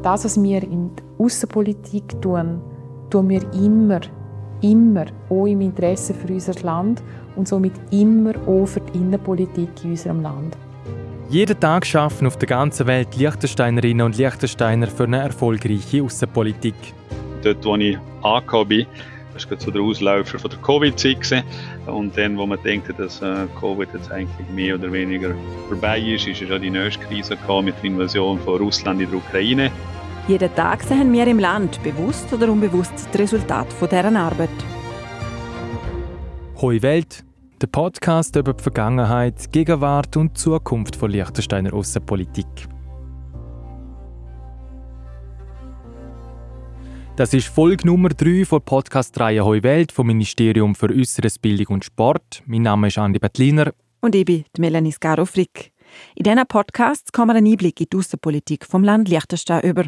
Das, was wir in der Aussenpolitik tun wir immer auch im Interesse für unser Land und somit immer auch für die Innenpolitik in unserem Land. Jeden Tag arbeiten auf der ganzen Welt Liechtensteinerinnen und Liechtensteiner für eine erfolgreiche Aussenpolitik. Dort, wo ich angekommen bin, das war so der Ausläufer von der Covid-Zeit. Und dann, wo man denkt, dass Covid jetzt eigentlich mehr oder weniger vorbei ist ja die nächste Krise gekommen mit der Invasion von Russland in die Ukraine. Jeden Tag sehen wir im Land, bewusst oder unbewusst, das Resultat von dieser Arbeit. Hoi Welt, der Podcast über die Vergangenheit, Gegenwart und Zukunft von Liechtensteiner Aussenpolitik. Das ist Folge Nummer 3 von der Podcast-Reihe «Hoi Welt» vom Ministerium für Äusseres, Bildung und Sport. Mein Name ist Andi Bettliner. Und ich bin Melanie Scaro-Frick. In diesen Podcasts kommen wir einen Einblick in die Aussenpolitik vom Land Liechtenstein über.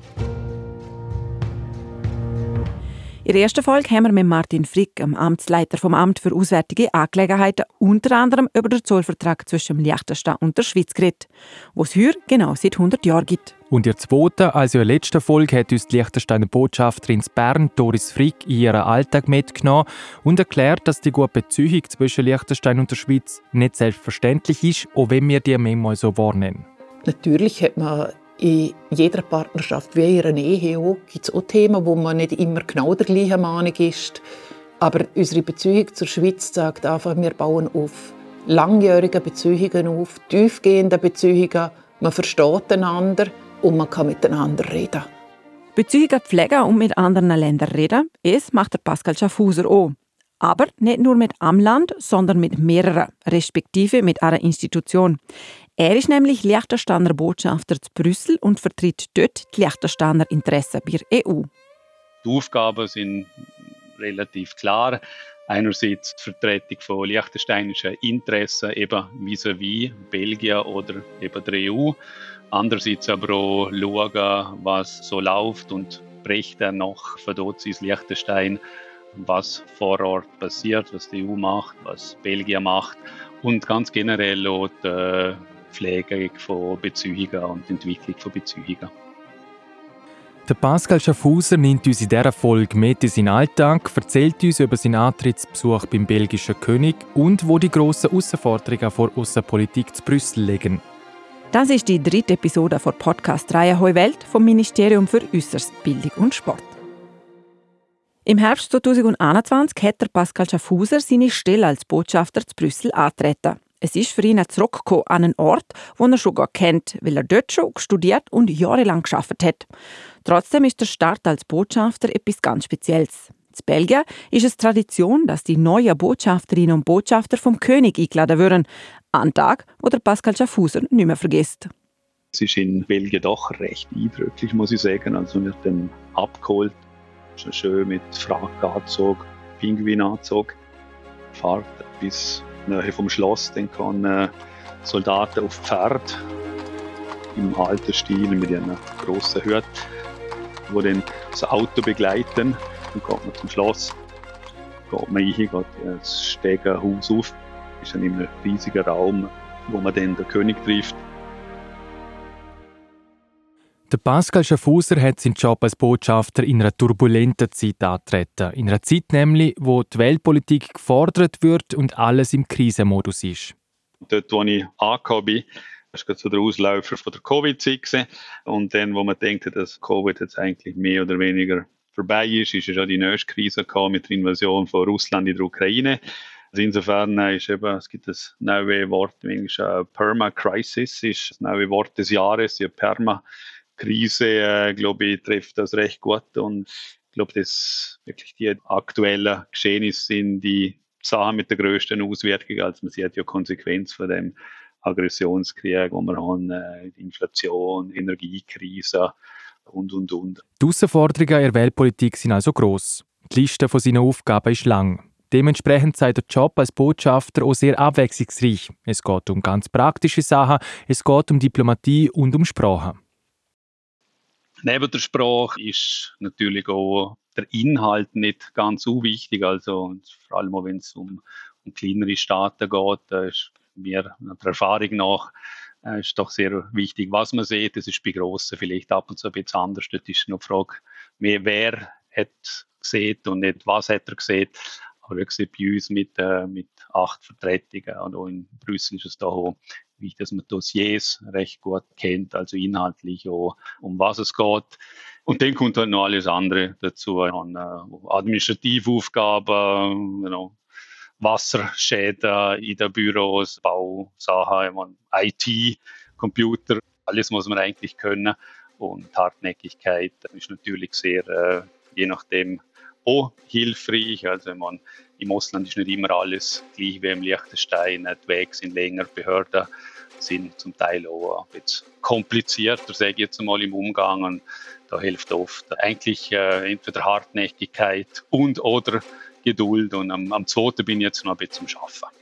In der ersten Folge haben wir mit Martin Frick, dem Amtsleiter vom Amt für Auswärtige Angelegenheiten, unter anderem über den Zollvertrag zwischen Liechtenstein und der Schweiz geredet, den es heute genau seit 100 Jahren gibt. Und in der zweiten, also in der letzten Folge, hat uns die Liechtensteiner Botschafterin in Bern, Doris Frick, in ihren Alltag mitgenommen und erklärt, dass die gute Beziehung zwischen Liechtenstein und der Schweiz nicht selbstverständlich ist, auch wenn wir die manchmal so wahrnehmen. Natürlich hat man in jeder Partnerschaft, wie in einer Ehe auch, gibt es auch Themen, wo man nicht immer genau der gleichen Meinung ist. Aber unsere Beziehung zur Schweiz sagt einfach, wir bauen auf langjährige Beziehungen auf, tiefgehende Beziehungen. Man versteht einander und man kann miteinander reden. Beziehungen pflegen und mit anderen Ländern reden, das macht der Pascal Schaffhauser auch. Aber nicht nur mit einem Land, sondern mit mehreren, respektive mit einer Institution. Er ist nämlich Liechtensteiner Botschafter zu Brüssel und vertritt dort die Liechtensteiner Interessen bei der EU. Die Aufgaben sind relativ klar. Einerseits die Vertretung von liechtensteinischen Interessen, eben vis-à-vis Belgien oder eben der EU. Andererseits aber auch schauen, was so läuft und berichten noch von dort ins Liechtenstein, was vor Ort passiert, was die EU macht, was Belgien macht und ganz generell auch die Pflege von Beziehungen und Entwicklung von Beziehungen. Der Pascal Schaffhauser nimmt uns in dieser Folge mit in seinen Alltag, erzählt uns über seinen Antrittsbesuch beim belgischen König und wo die grossen Herausforderungen vor Aussenpolitik zu Brüssel liegen. Das ist die 3. Episode der Podcast-Reihe «Hoi Welt» vom Ministerium für Äusseres, Bildung und Sport. Im Herbst 2021 hat der Pascal Schaffhauser seine Stelle als Botschafter zu Brüssel angetreten. Es ist für ihn ein Zurückkommen an einen Ort, den er schon gut kennt, weil er dort schon studiert und jahrelang gearbeitet hat. Trotzdem ist der Start als Botschafter etwas ganz Spezielles. In Belgien ist es Tradition, dass die neuen Botschafterinnen und Botschafter vom König eingeladen werden. Ein Tag, wo der Pascal Schaffhauser nicht mehr vergisst. Es ist in Belgien doch recht eindrücklich, muss ich sagen. Also wird dann abgeholt, schön mit Frackanzug, Pinguinanzug, fahrt bis Nähe vom Schloss, dann kann Soldaten auf Pferd im alten Stil mit einer grossen Hütte, wo dann das Auto begleiten. Dann kommt man zum Schloss, geht man rein, geht das Stegenhaus auf. Das ist dann in einem riesigen Raum, wo man dann den König trifft. Der Pascal Schaffhauser hat seinen Job als Botschafter in einer turbulenten Zeit angetreten. In einer Zeit nämlich, wo die Weltpolitik gefordert wird und alles im Krisenmodus ist. Dort, wo ich angekommen bin, das war so der Ausläufer von der Covid-Zeit. Und dann, wo man denkt, dass Covid jetzt eigentlich mehr oder weniger vorbei ist ja die nächste Krise gekommen mit der Invasion von Russland in die Ukraine. Also insofern ist es gibt das neue Wort im Englischen Perma-Crisis, ist das neue Wort des Jahres, die Perma-Krise, glaube ich, trifft das recht gut. Und ich glaube, dass wirklich die aktuellen Geschehnisse sind die Sachen mit der grössten Auswirkung. Also man sieht ja Konsequenz von dem Aggressionskrieg, wo wir haben, Inflation, Energiekrise und. Die Herausforderungen in der Weltpolitik sind also gross. Die Liste von seinen Aufgaben ist lang. Dementsprechend sei der Job als Botschafter auch sehr abwechslungsreich. Es geht um ganz praktische Sachen, es geht um Diplomatie und um Sprache. Neben der Sprache ist natürlich auch der Inhalt nicht ganz unwichtig. Also vor allem auch wenn es um kleinere Staaten geht, ist mir der Erfahrung nach ist doch sehr wichtig, was man sieht. Das ist bei Grossen vielleicht ab und zu ein bisschen anders. Das ist noch die Frage, mehr wer hat gesehen und nicht was hat er gesehen. Aber wie gesagt, bei uns mit 8 Vertretungen und auch in Brüssel ist es da auch wichtig, dass man Dossiers recht gut kennt, also inhaltlich auch, um was es geht. Und dann kommt halt noch alles andere dazu, an Administrativaufgaben, Wasserschäden in den Büros, Bausachen, IT, Computer, alles muss man eigentlich können. Und Hartnäckigkeit ist natürlich sehr, je nachdem, auch hilfreich. Also im Ausland ist nicht immer alles gleich wie im Liechtenstein. Die Wege sind länger, Behörden sind zum Teil auch ein bisschen komplizierter, sage ich jetzt mal, im Umgang. Und da hilft oft eigentlich entweder Hartnäckigkeit und oder Geduld. Und am zweiten bin ich jetzt noch ein bisschen am Arbeiten.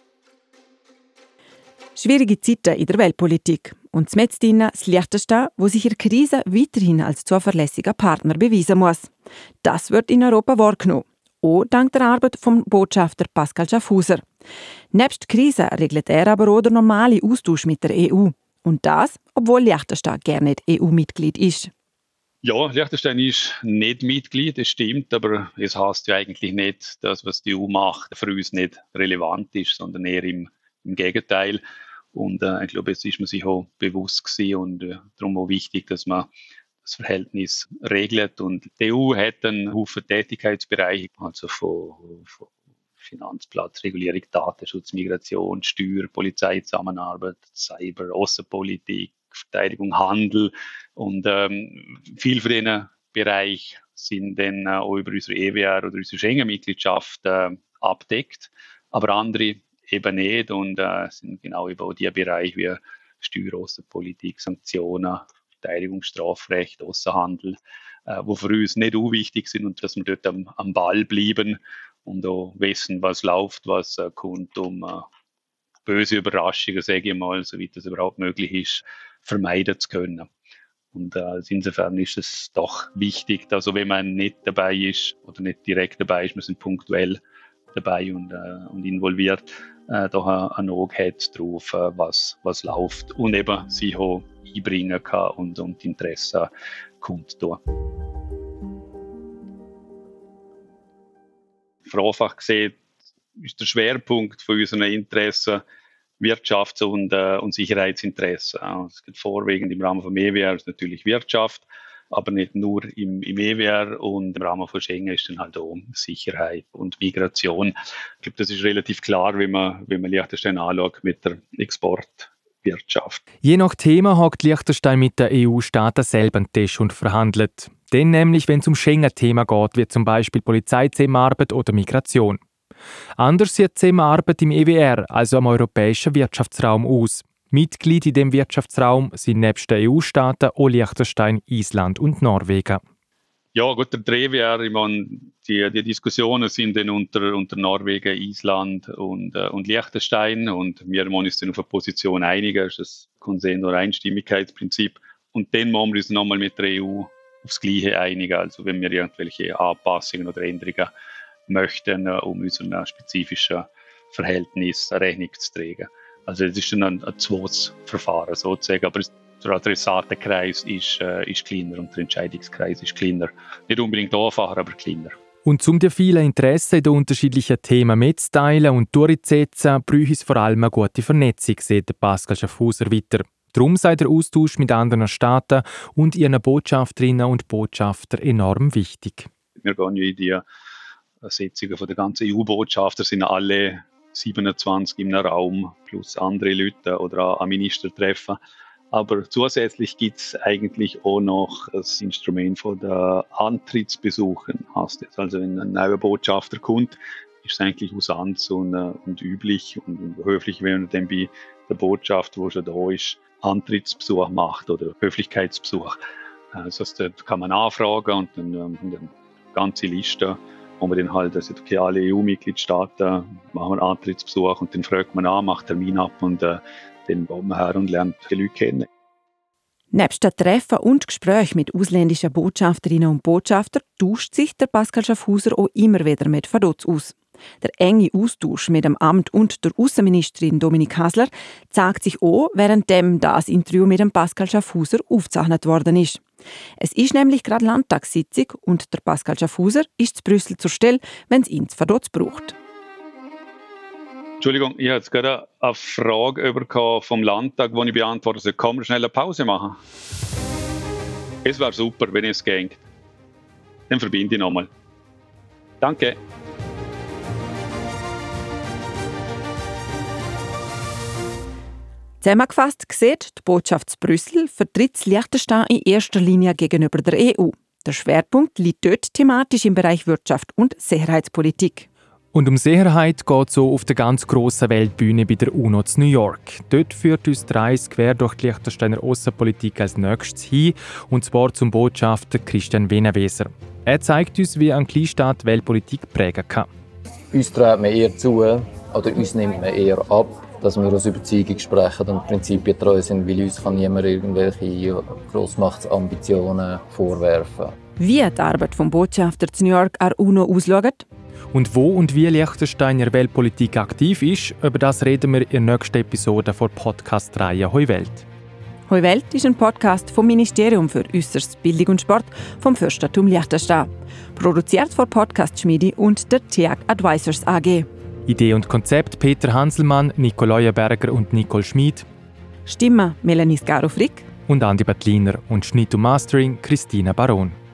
Schwierige Zeiten in der Weltpolitik. Und mitten drin das Liechtenstein, wo sich in der Krise weiterhin als zuverlässiger Partner beweisen muss. Das wird in Europa wahrgenommen. Auch dank der Arbeit vom Botschafter Pascal Schaffhauser. Nebst der Krise regelt er aber auch den normalen Austausch mit der EU. Und das, obwohl Liechtenstein gerne nicht EU-Mitglied ist. Ja, Liechtenstein ist nicht Mitglied, das stimmt, aber es heißt ja eigentlich nicht, dass was die EU macht, für uns nicht relevant ist, sondern eher im Gegenteil. Und ich glaube, jetzt ist man sich auch bewusst gewesen und darum auch wichtig, dass man das Verhältnis regelt. Und die EU hat einen Haufen Tätigkeitsbereiche, also von Finanzplatzregulierung, Datenschutz, Migration, Steuer, Polizeizusammenarbeit, Cyber, Außenpolitik, Verteidigung, Handel. Und viel von diesen Bereichen sind dann auch über unsere EWR oder unsere Schengen-Mitgliedschaft abdeckt. Aber andere eben nicht und sind genau eben auch die Bereiche wie Steuer, Außenpolitik, Sanktionen, Verteidigung, Strafrecht, Außenhandel, wo für uns nicht unwichtig sind und dass wir dort am Ball bleiben und auch wissen, was läuft, was kommt, um böse Überraschungen, sage ich mal, soweit das überhaupt möglich ist, vermeiden zu können. Und insofern ist es doch wichtig, dass wenn man nicht dabei ist oder nicht direkt dabei ist, wir sind punktuell dabei und involviert, da ein Auge hat drauf, was läuft und eben sich auch einbringen kann und Interesse kundtun. Vereinfacht gesehen ist der Schwerpunkt von unseren Interessen Wirtschafts- und Sicherheitsinteressen. Es geht vorwiegend im Rahmen von EWR ist natürlich Wirtschaft, aber nicht nur im EWR und im Rahmen von Schengen ist dann halt auch Sicherheit und Migration. Ich glaube, das ist relativ klar, wenn man Liechtenstein anschaut mit der Exportwirtschaft. Je nach Thema hockt Liechtenstein mit der EU-Staaten selber am Tisch und verhandelt. Dann nämlich, wenn es um Schengen-Thema geht, wie zum Beispiel Polizeizusammenarbeit oder Migration. Anders sieht die Zusammenarbeit im EWR, also am europäischen Wirtschaftsraum, aus. Mitglied in dem Wirtschaftsraum sind nebst den EU-Staaten auch Liechtenstein, Island und Norwegen. Ja, gut, der EWR, ich meine, die Diskussionen sind dann unter Norwegen, Island und Liechtenstein und wir wollen uns dann auf eine Position einigen, das ist das Konsens- oder Einstimmigkeitsprinzip. Und dann wollen wir uns nochmal mit der EU aufs Gleiche einigen, also wenn wir irgendwelche Anpassungen oder Änderungen möchten, um unserem spezifischen Verhältnis Rechnung zu tragen. Also es ist dann ein zweites Verfahren sozusagen, aber der Adressatenkreis ist kleiner und der Entscheidungskreis ist kleiner. Nicht unbedingt einfacher, aber kleiner. Und um die vielen Interessen in den unterschiedlichen Themen mitzuteilen und durchzusetzen, brauche es vor allem eine gute Vernetzung, sagt Pascal Schaffhauser weiter. Darum sei der Austausch mit anderen Staaten und ihren Botschafterinnen und Botschaftern enorm wichtig. Wir gehen ja in die Sitzungen von der ganzen EU-Botschafter, sind alle 27 im Raum, plus andere Leute oder an Ministertreffen. Aber zusätzlich gibt es eigentlich auch noch das Instrument von der Antrittsbesuchen. Also wenn ein neuer Botschafter kommt, ist es eigentlich Usanz und üblich und höflich, wenn man dann bei der Botschaft, wo schon da ist, Antrittsbesuch macht oder Höflichkeitsbesuch. Also da kann man anfragen und dann eine ganze Liste, wo man dann halt, also okay, alle EU-Mitgliedstaaten machen wir Antrittsbesuch und dann fragt man an, macht Termin ab und dann geht man her und lernt die Leute kennen. Nebst den Treffen und Gesprächen mit ausländischen Botschafterinnen und Botschaftern tauscht sich der Pascal Schaffhauser auch immer wieder mit Vaduz aus. Der enge Austausch mit dem Amt und der Außenministerin Dominik Hasler zeigt sich auch, währenddem das Interview mit dem Pascal Schaffhauser aufgezeichnet worden ist. Es ist nämlich gerade Landtagssitzung und der Pascal Schaffhauser ist in Brüssel zur Stelle, wenn es ihn zu Verdotz braucht. Entschuldigung, ich habe jetzt gerade eine Frage vom Landtag, die ich beantworten soll. Kann man schnell eine Pause machen? Es wäre super, wenn es ging. Dann verbinde ich nochmal. Danke. Zusammengefasst sieht die Botschaft zu Brüssel vertritt Liechtenstein in erster Linie gegenüber der EU. Der Schwerpunkt liegt dort thematisch im Bereich Wirtschaft und Sicherheitspolitik. Und um Sicherheit geht es so auf der ganz grossen Weltbühne bei der UNO in New York. Dort führt uns die Reise quer durch die Liechtensteiner Aussenpolitik als nächstes hin, und zwar zum Botschafter Christian Weneweser. Er zeigt uns, wie ein Kleinstaat Weltpolitik prägen kann. Uns trägt man eher zu, oder uns nimmt man eher ab, dass wir aus Überzeugung sprechen und Prinzipien treu sind, weil uns kann niemand irgendwelche Grossmachtsambitionen vorwerfen. Wie die Arbeit des Botschafters in New York an der UNO ausschaut. Und wo und wie Liechtenstein in der Weltpolitik aktiv ist, über das reden wir in der nächsten Episode der Podcast-Reihe «Hoi Welt». «Hoi Welt» ist ein Podcast vom Ministerium für Äußerstes Bildung und Sport vom Fürstentum Liechtenstein. Produziert von Podcast Schmiedi und der TEAG Advisors AG. Idee und Konzept Peter Hanselmann, Nico Leuenberger und Nicole Schmid. Stimme Melanie Scaro-Frick und Andi Battliner und Schnitt und Mastering Christina Baron.